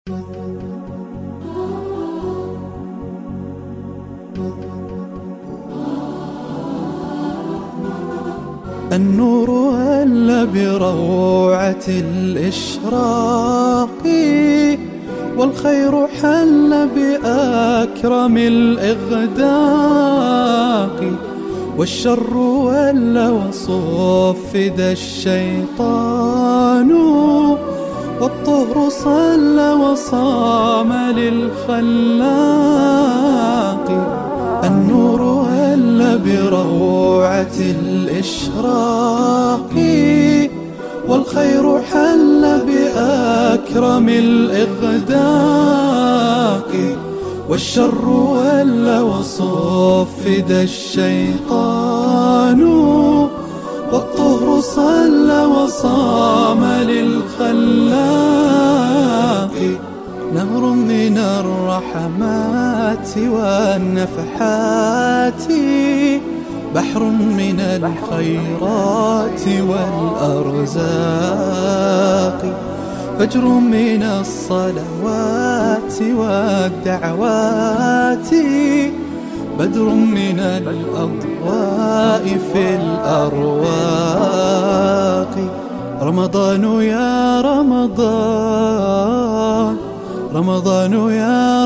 النور هل بروعة الإشراق، والخير حل بأكرم الإغداق، والشر ول وصفد الشيطان، والطهر صلى وصام للخلاق. النور هل بروعة الإشراق، والخير حل بأكرم الإغداق، والشر ول وصفد الشيطان، والطهر صلى وصام للخلاق. نهر من الرحمات والنفحات، بحر من الخيرات والأرزاق، فجر من الصلوات والدعوات، بدر من الأضواء في الأرواق. رمضان يا رمضان، رمضان يا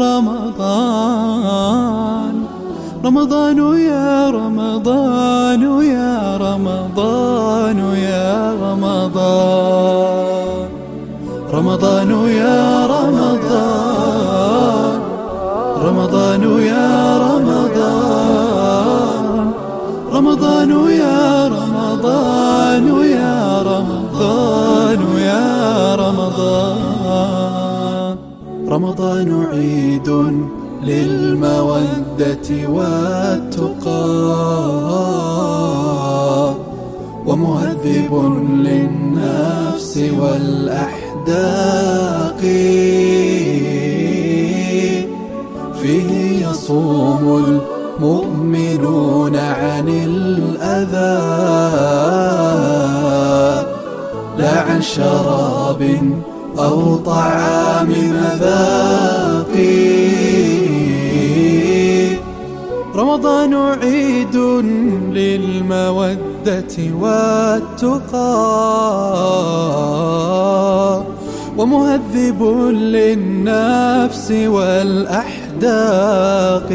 رمضان، رمضان يا رمضان يا رمضان يا رمضان، رمضان يا رمضان، رمضان يا رمضان، رمضان يا رمضان يا رمضان يا رمضان. رمضان عيد للمودة والتقى، ومهذب للنفس والأحداق، فيه يصوم المؤمنون عن الأذى، لا عن شراب أو طعام مذاق. رمضان عيد للمودة والتقى، ومهذب للنفس والأحداق،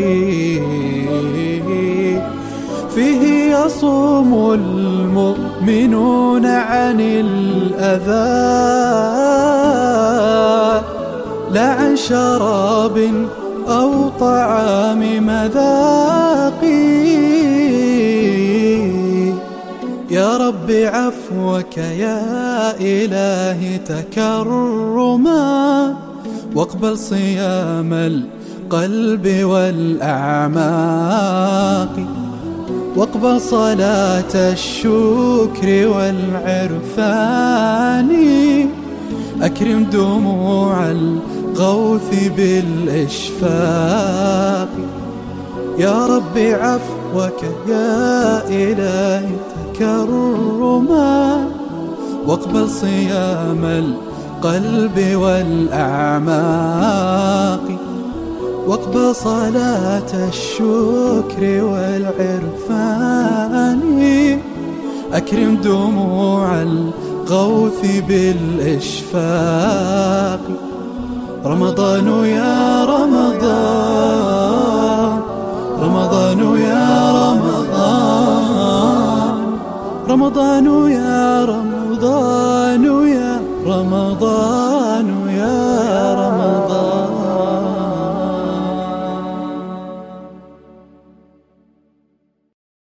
فيه يصوم المؤمنون عن الأذى، لا عن شراب أو طعام مذاق. يا رب عفوك يا إلهي تكرما، واقبل صيام القلب والأعماق، واقبل صلاة الشكر والعرفان، أكرم دموع الغوث بالإشفاق. يا رب عفوك يا إلهي تكرما، واقبل صيام القلب والأعماق، واقبل صلاة الشكر والعرفان، أكرم دموع الغوث بالإشفاق. رمضان يا رمضان، رمضان يا رمضان، رمضان يا رمضان.